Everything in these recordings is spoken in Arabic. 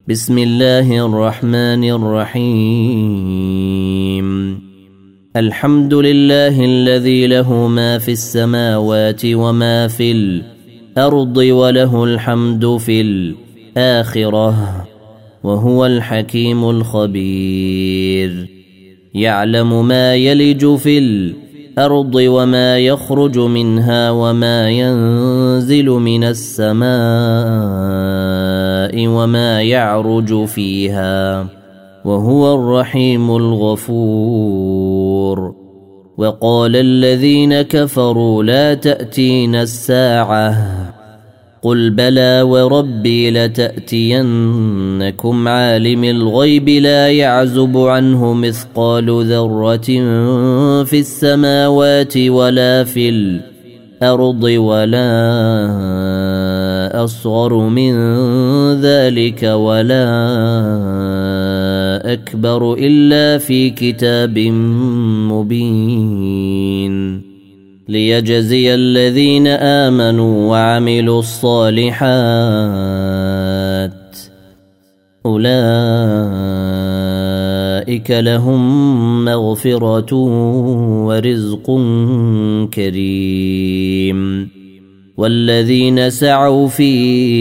بسم الله الرحمن الرحيم. الحمد لله الذي له ما في السماوات وما في الأرض وله الحمد في الآخرة وهو الحكيم الخبير. يعلم ما يلج في الأرض وما يخرج منها وما ينزل من السماء وما يعرج فيها وهو الرحيم الغفور. وقال الذين كفروا لا تأتينا الساعة قل بلى وربي لتأتينكم عالم الغيب لا يعزب عنه مثقال ذرة في السماوات ولا في الأرض ولا أصغر من ذلك ولا أكبر إلا في كتاب مبين ليجزي الذين آمنوا وعملوا الصالحات أولئك لهم مغفرة ورزق كريم. والذين سعوا في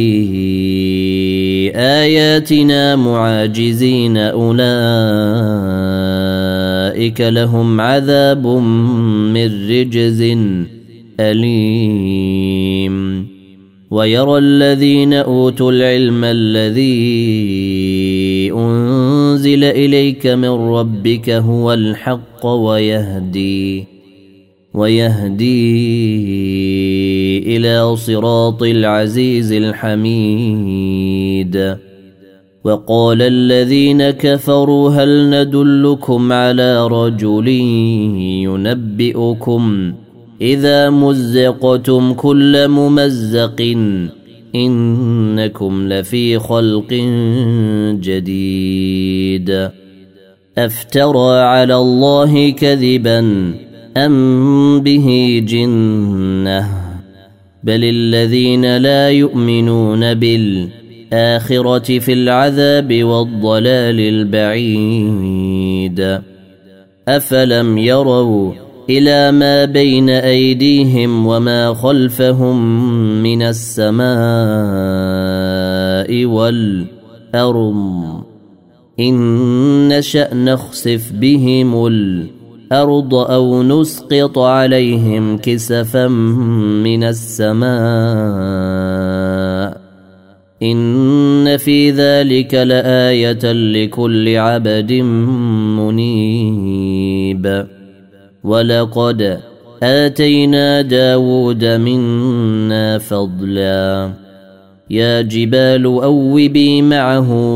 آياتنا معاجزين أولئك لهم عذاب من رجز أليم. ويرى الذين أوتوا العلم الذي أنزل إليك من ربك هو الحق ويهدي إلى صراط العزيز الحميد. وقال الذين كفروا هل ندلكم على رجل ينبئكم إذا مزقتم كل ممزق إنكم لفي خلق جديد. أفترى على الله كذبا أم به جنة بل الذين لا يؤمنون بالآخرة في العذاب والضلال البعيد. أفلم يروا إلى ما بين أيديهم وما خلفهم من السماء والأرض إن نشأ نخسف بهم الأرض أو نسقط عليهم كسفا من السماء إن في ذلك لآية لكل عبد منيب. ولقد آتينا داود منا فضلا يا جبال أوبي معه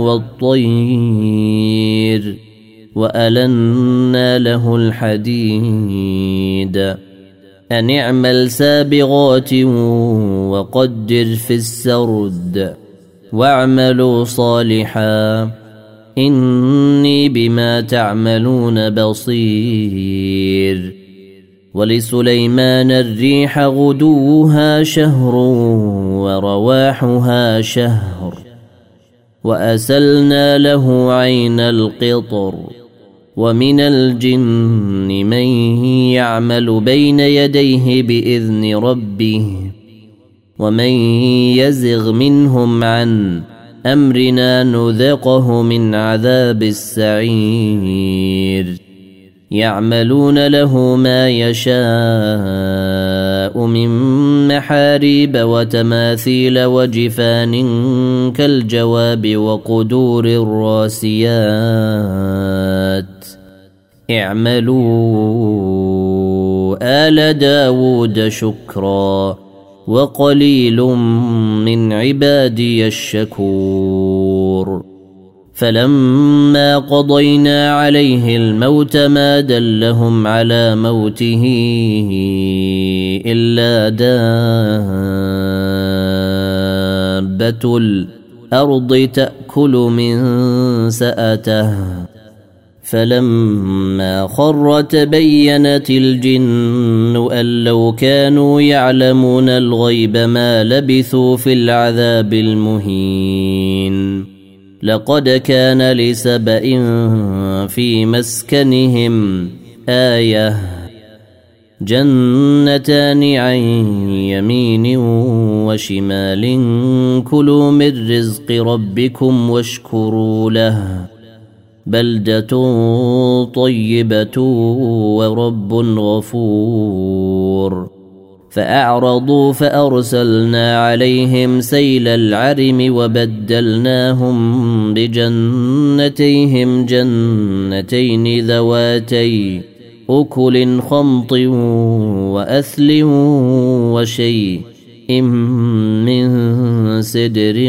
والطير وألنا له الحديد أن اعمل سابغات وقدر في السرد واعملوا صالحا إني بما تعملون بصير. ولسليمان الريح غدوها شهر ورواحها شهر وأسلنا له عين القطر. ومن الجن من يعمل بين يديه بإذن ربه ومن يزغ منهم عن أمرنا نذقه من عذاب السعير. يعملون له ما يشاء من محاريب وتماثيل وجفان كالجواب وقدور الراسيات اعملوا آل داود شكرا وقليل من عبادي الشكور. فلما قضينا عليه الموت ما دلهم على موته إلا دابة الأرض تأكل من سأته فلما خر تبينت الجن أن لو كانوا يعلمون الغيب ما لبثوا في العذاب المهين لقد كان لسبإ في مسكنهم آية جنتان عن يمين وشمال كلوا من رزق ربكم واشكروا له بلدة طيبة ورب غفور فأعرضوا فأرسلنا عليهم سيل العرم وبدلناهم بجنتيهم جنتين ذواتي أكل خمط وأثل وشيء من سدر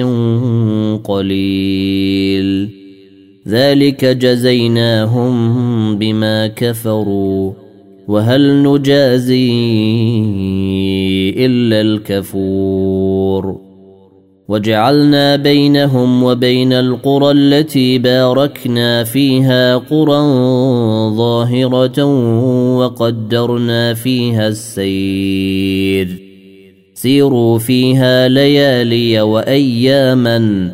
قليل ذلك جزيناهم بما كفروا وهل نجازي إلا الكفور وجعلنا بينهم وبين القرى التي باركنا فيها قرى ظاهرة وقدرنا فيها السير سيروا فيها ليالي وأياما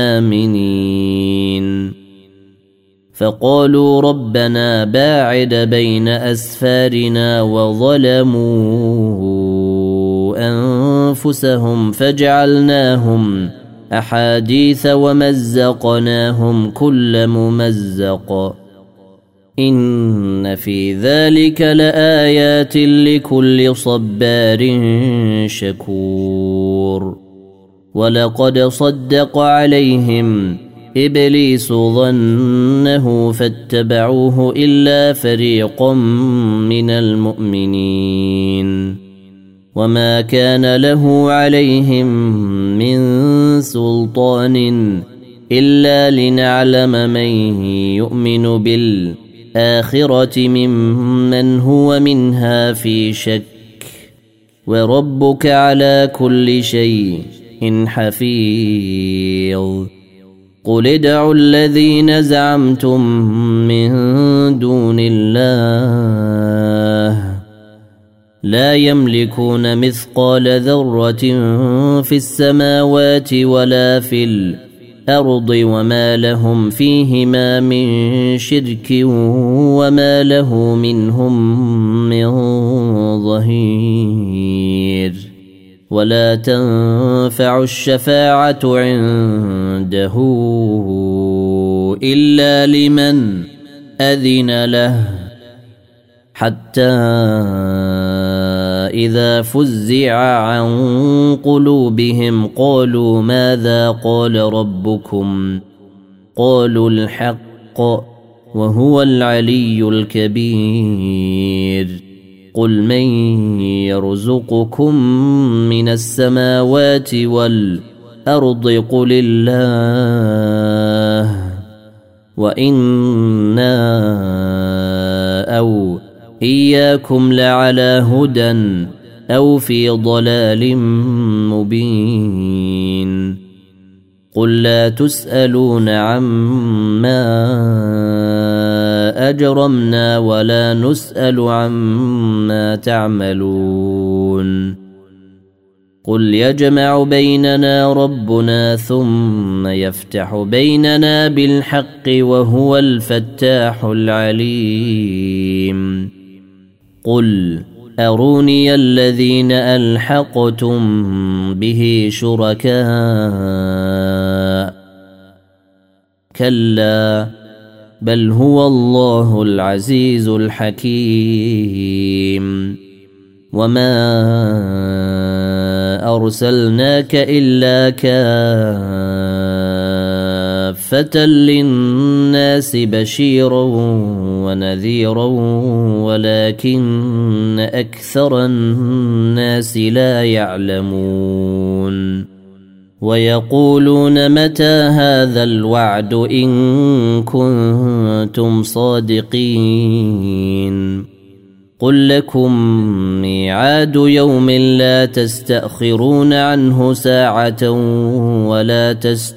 آمنين فقالوا ربنا باعد بين أسفارنا وظلموا أنفسهم فجعلناهم أحاديث ومزقناهم كل ممزق إن في ذلك لآيات لكل صبار شكور ولقد صدق عليهم إبليس ظنه فاتبعوه إلا فريقا من المؤمنين وما كان له عليهم من سلطان إلا لنعلم من يؤمن بالآخرة ممن هو منها في شك وربك على كل شيء حفيظ قل ادعوا الذين زعمتم من دون الله لا يملكون مثقال ذرة في السماوات ولا في الأرض وما لهم فيهما من شرك وما له منهم من ظهير ولا تنفع الشفاعة عنده إلا لمن أذن له حتى إذا فزع عن قلوبهم قالوا ماذا قال ربكم قالوا الحق وهو العلي الكبير قل من يرزقكم من السماوات والأرض قل الله وإنا أو إياكم لعلى هدى أو في ضلال مبين قل لا تسألون عما أجرمنا ولا نسأل عما تعملون قل يجمع بيننا ربنا ثم يفتح بيننا بالحق وهو الفتاح العليم قل أروني الذين ألحقتم به شركاء كلا بل هو الله العزيز الحكيم وما أرسلناك إلا كافة للناس بشيرا ونذيرا ولكن أكثر الناس لا يعلمون ويقولون متى هذا الوعد إن كنتم صادقين قل لكم ميعاد يوم لا تستأخرون عنه ساعة ولا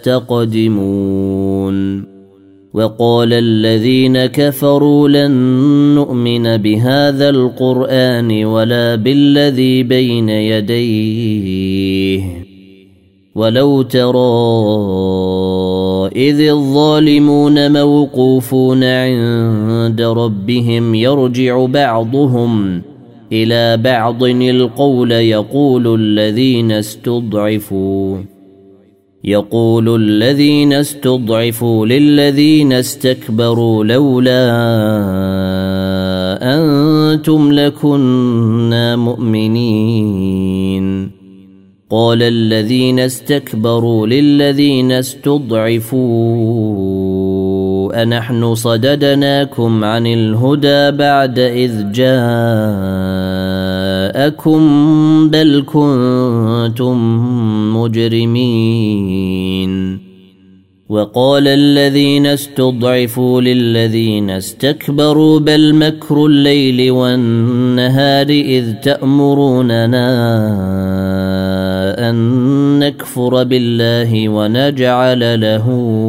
تستقدمون وقال الذين كفروا لن نؤمن بهذا القرآن ولا بالذي بين يديه ولو ترى وإذ الظالمون موقوفون عند ربهم يرجع بعضهم إلى بعض القول يقول الذين استضعفوا للذين استكبروا لولا أنتم لكنا مؤمنين قال الذين استكبروا للذين استضعفوا أنحن صددناكم عن الهدى بعد إذ جاءكم بل كنتم مجرمين وقال الذين استضعفوا للذين استكبروا بل مكر الليل والنهار إذ تأمروننا أن نكفر بالله ونجعل له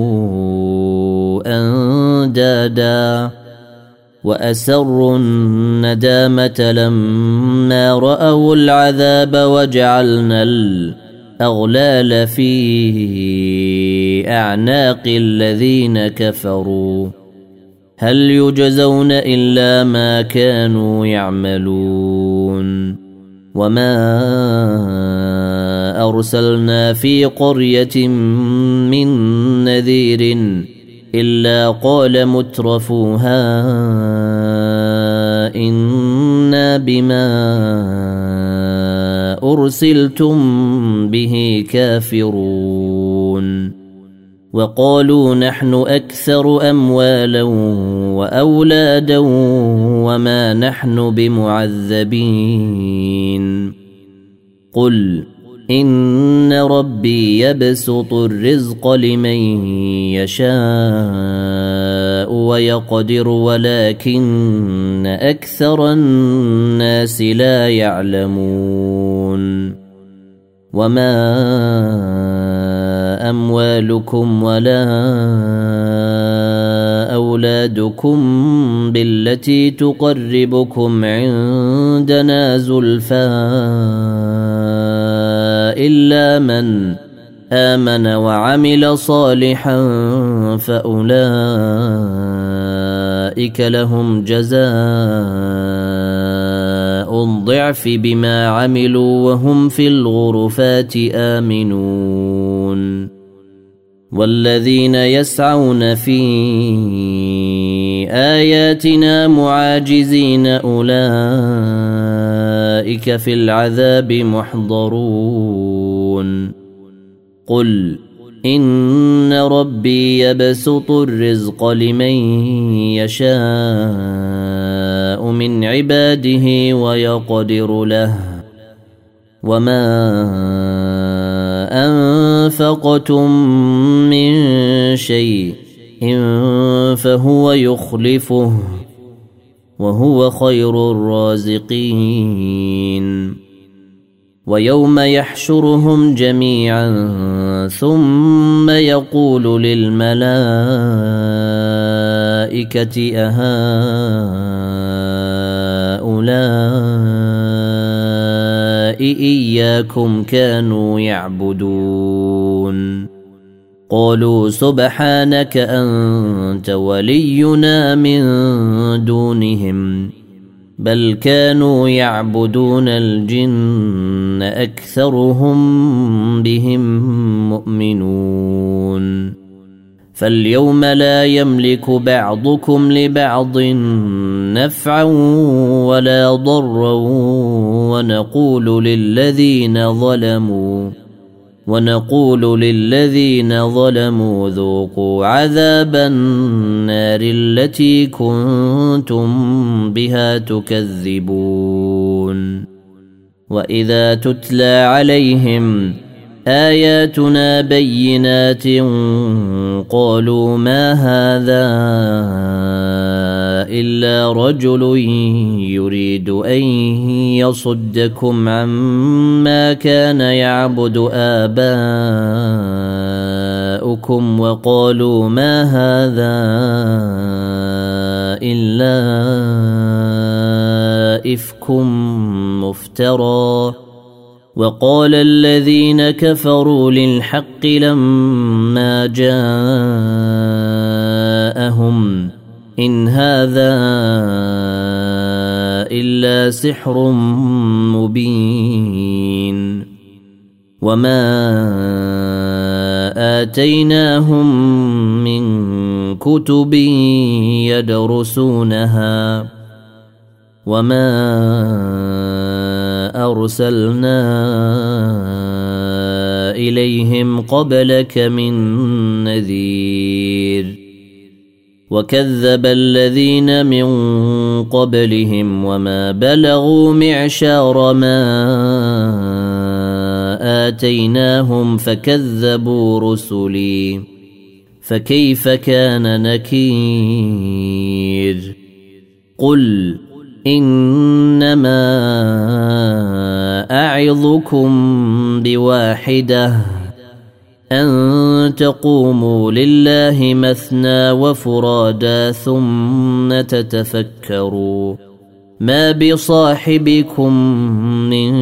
أندادا وأسروا الندامة لما رأوا العذاب وجعلنا الأغلال في أعناق الذين كفروا هل يجزون إلا ما كانوا يعملون وما أرسلنا في قرية من نذير إلا قال مترفوها إنا بما أرسلتم به كافرون وقالوا نحن أكثر أموالا وأولادا وما نحن بمعذبين قل إن ربي يبسط الرزق لمن يشاء ويقدر ولكن أكثر الناس لا يعلمون وما أموالكم ولا أولادكم بالتي تقربكم عندنا زلفى إلا من آمن وعمل صالحا فأولئك لهم جزاء الضعف بما عملوا وهم في الغرفات آمنون والذين يسعون في آياتنا معاجزين أولئك في العذاب محضرون قل إن ربي يبسط الرزق لمن يشاء من عباده ويقدر له وما أنفقتم من شيء فهو يخلفه وهو خير الرازقين ويوم يحشرهم جميعا ثم يقول للملائكة أهؤلاء إياكم كانوا يعبدون قالوا سبحانك أنت ولينا من دونهم بل كانوا يعبدون الجن أكثرهم بهم مؤمنون فاليوم لا يملك بعضكم لبعض نفعا ولا ضرا ونقول للذين ظلموا ذوقوا عذاب النار التي كنتم بها تكذبون وإذا تتلى عليهم آياتنا بينات قالوا ما هذا إلا رجل يريد أن يصدكم عما كان يعبد آباؤكم وقالوا ما هذا إلا إفك مفترى وقال الذين كفروا للحق لما جاءهم إن هذا إلا سحر مبين وما آتيناهم من كتب يدرسونها وما أرسلنا إليهم قبلك من نذير وكذب الذين من قبلهم وما بلغوا معشار ما آتيناهم فكذبوا رسلي فكيف كان نكير قل إنما أعظكم بواحدة أن تقوموا لله مثنى وفرادا ثم تتفكروا ما بصاحبكم من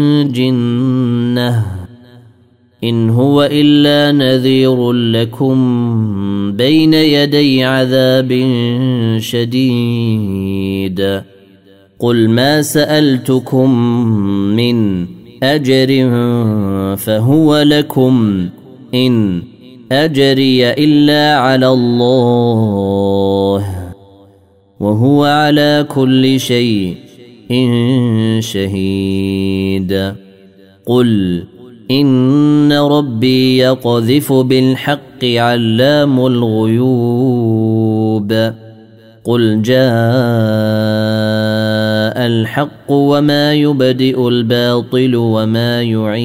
جنة إن هو إلا نذير لكم بين يدي عذاب شديد قل ما سألتكم من أجر فهو لكم إن أجري إلا على الله وهو على كل شيء شهيد قل إن ربي يقذف بالحق علام الغيوب قل جاء الحق وما يبدئ الباطل وما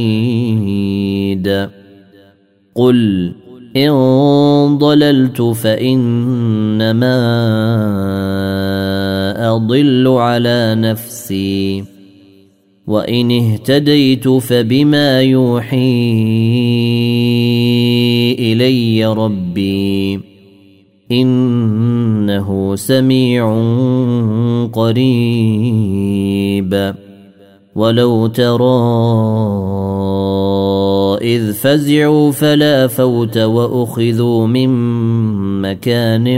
يعيد قل إن ضللت فإنما أضل على نفسي وإن اهتديت فبما يوحي إلي ربي إنه سميع قريب ولو ترى إذ فزعوا فلا فوت وأخذوا من مكان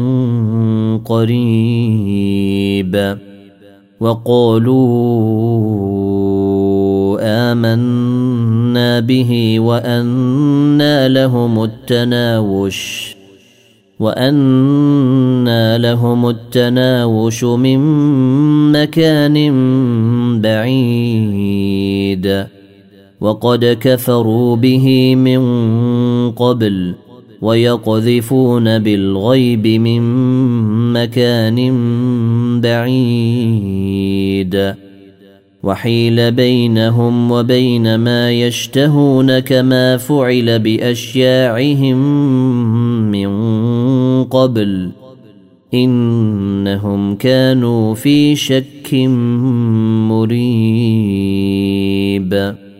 قريب وقالوا آمنا به وأنى لهم التناوش من مكان بعيد وقد كفروا به من قبل ويقذفون بالغيب من مكان بعيد وحيل بينهم وبين ما يشتهون كما فعل بأشياعهم من قبل إنهم كانوا في شك مريب